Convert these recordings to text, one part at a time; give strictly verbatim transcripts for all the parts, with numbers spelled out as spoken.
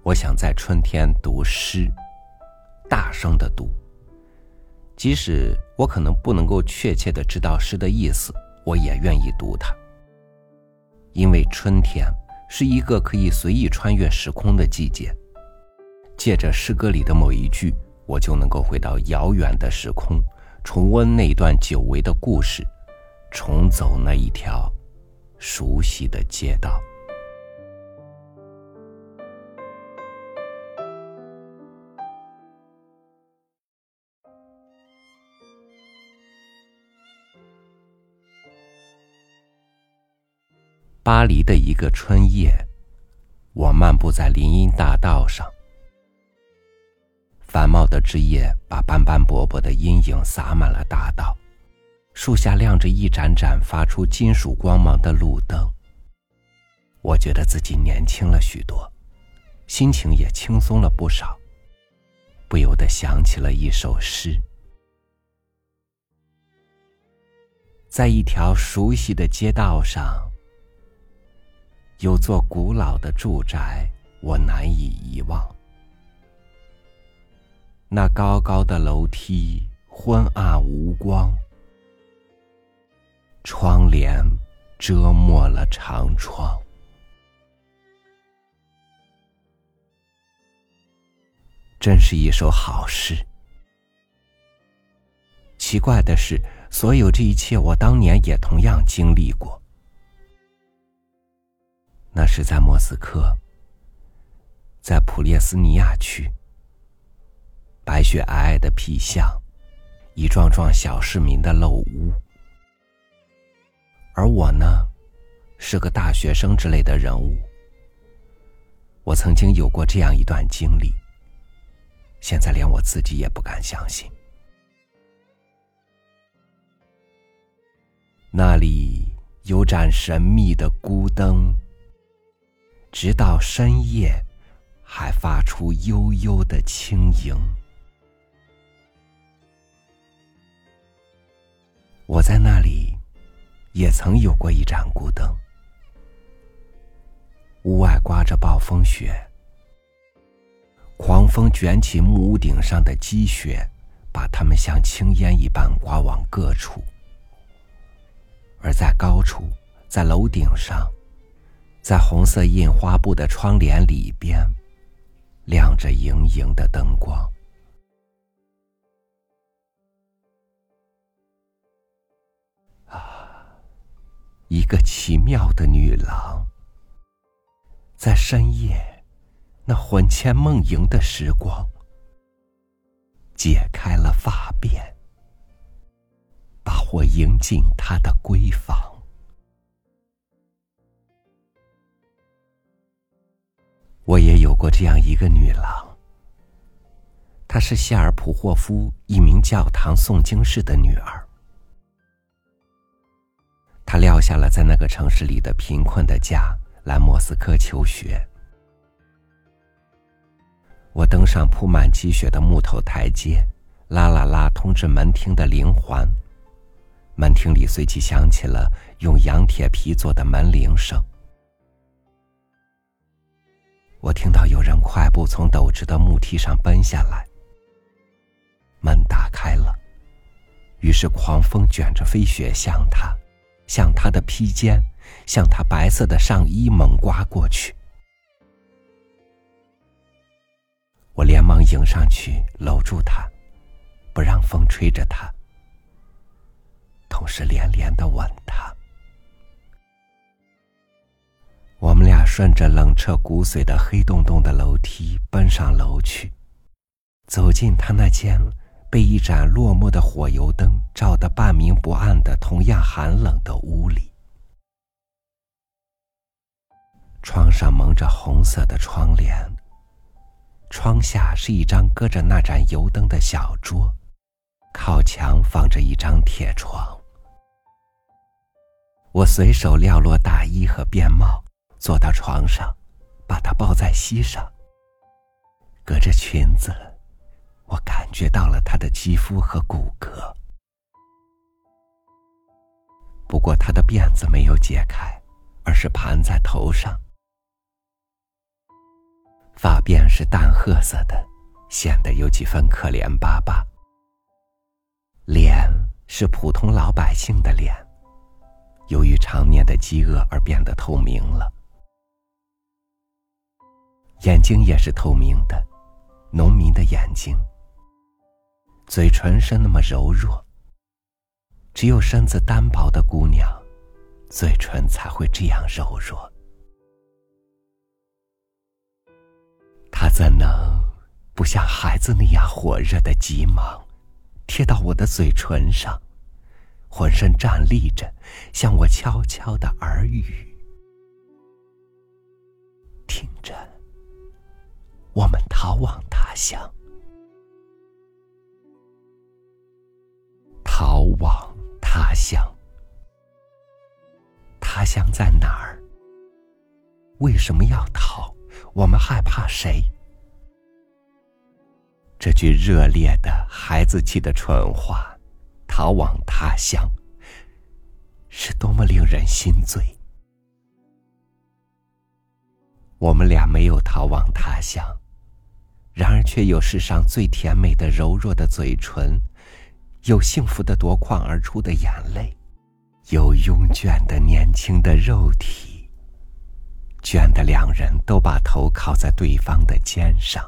我想在春天读诗，大声地读，即使我可能不能够确切地知道诗的意思，我也愿意读它。因为春天是一个可以随意穿越时空的季节，借着诗歌里的某一句，我就能够回到遥远的时空，重温那段久违的故事，重走那一条熟悉的街道。巴黎的一个春夜，我漫步在林荫大道上，繁茂的枝叶把斑斑驳驳的阴影洒满了大道，树下亮着一盏盏发出金属光芒的路灯。我觉得自己年轻了许多，心情也轻松了不少，不由得想起了一首诗。在一条熟悉的街道上，有座古老的住宅，我难以遗忘。那高高的楼梯昏暗无光，窗帘遮没了长窗。真是一首好诗。奇怪的是，所有这一切我当年也同样经历过。那是在莫斯科，在普列斯尼亚区，白雪皑皑的僻巷，一幢幢小市民的陋屋。而我呢，是个大学生之类的人物。我曾经有过这样一段经历，现在连我自己也不敢相信。那里有盏神秘的孤灯，直到深夜还发出悠悠的轻盈。我在那里也曾有过一盏孤灯。屋外刮着暴风雪，狂风卷起木屋顶上的积雪，把它们像青烟一般刮往各处。而在高处，在楼顶上，在红色印花布的窗帘里边，亮着莹莹的灯光。啊，一个奇妙的女郎，在深夜那魂牵梦萦的时光，解开了发辫，把我迎进她的闺房。我也有过这样一个女郎，她是谢尔普霍夫一名教堂诵经士的女儿。她撂下了在那个城市里的贫困的家，来莫斯科求学。我登上铺满积雪的木头台阶，拉了拉通知门厅的铃环，门厅里随即响起了用羊铁皮做的门铃声。我听到有人快步从陡直的木梯上奔下来，门打开了，于是狂风卷着飞雪向他，向他的披肩，向他白色的上衣猛刮过去。我连忙迎上去搂住他，不让风吹着他，同时连连地吻他。我们俩顺着冷彻骨髓的黑洞洞的楼梯奔上楼去，走进他那间被一盏落寞的火油灯照得半明不暗的同样寒冷的屋里。窗上蒙着红色的窗帘，窗下是一张搁着那盏油灯的小桌，靠墙放着一张铁床。我随手撂落大衣和便帽，坐到床上，把它抱在膝上。隔着裙子，我感觉到了她的肌肤和骨骼。不过她的辫子没有解开，而是盘在头上。 发辫是淡褐色的，显得有几分可怜巴巴。脸是普通老百姓的脸，由于常年的饥饿而变得透明了。眼睛也是透明的，农民的眼睛。嘴唇是那么柔弱，只有身子单薄的姑娘，嘴唇才会这样柔弱。她怎能不像孩子那样火热的急忙贴到我的嘴唇上，浑身站立着，向我悄悄的耳语。听着，我们逃往他乡。逃往他乡。他乡在哪儿？为什么要逃？我们害怕谁？这句热烈的孩子气的蠢话，逃往他乡，是多么令人心醉。我们俩没有逃往他乡，然而却有世上最甜美的柔弱的嘴唇，有幸福的夺眶而出的眼泪，有慵倦的年轻的肉体，倦的两人都把头靠在对方的肩上。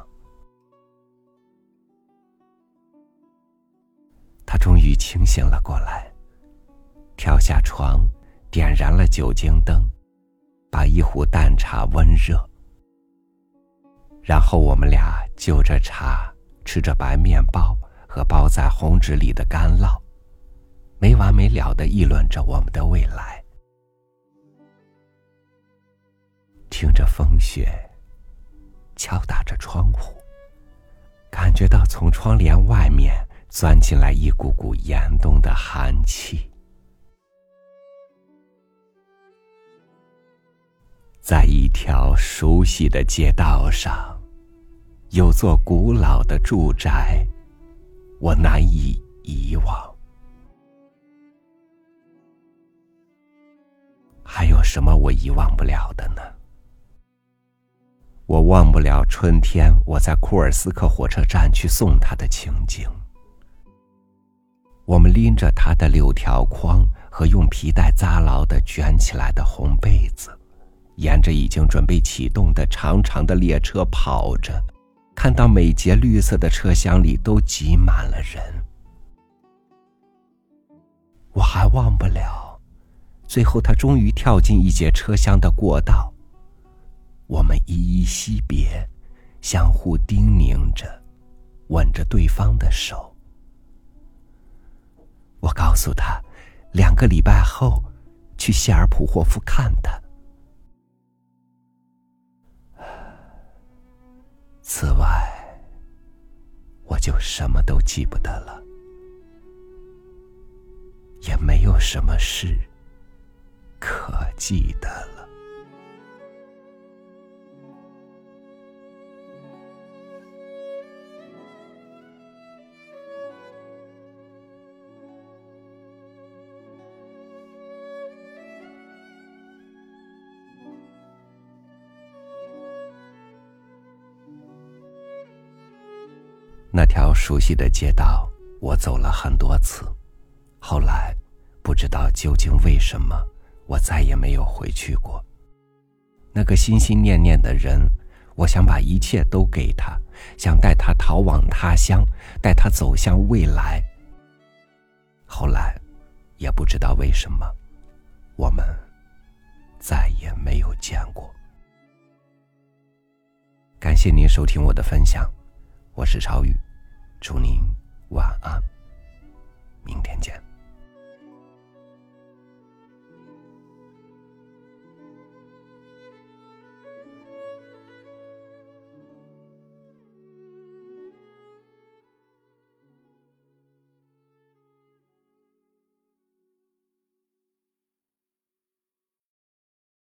他终于清醒了过来，跳下床，点燃了酒精灯，把一壶淡茶温热。然后我们俩就着茶，吃着白面包和包在红纸里的干酪，没完没了地议论着我们的未来。听着风雪敲打着窗户，感觉到从窗帘外面钻进来一股股严冬的寒气。在一条熟悉的街道上，有座古老的住宅，我难以遗忘。还有什么我遗忘不了的呢？我忘不了春天我在库尔斯克火车站去送他的情景。我们拎着他的柳条筐和用皮带扎牢的卷起来的红被子，沿着已经准备启动的长长的列车跑着，看到每节绿色的车厢里都挤满了人。我还忘不了，最后他终于跳进一节车厢的过道，我们依依惜别，相互叮咛着，吻着对方的手。我告诉他，两个礼拜后去谢尔普霍夫看他。此外，我就什么都记不得了，也没有什么事可记得了。那条熟悉的街道，我走了很多次，后来不知道究竟为什么，我再也没有回去过。那个心心念念的人，我想把一切都给他，想带他逃往他乡，带他走向未来。后来也不知道为什么，我们再也没有见过。感谢您收听我的分享，我是超宇，祝您晚安。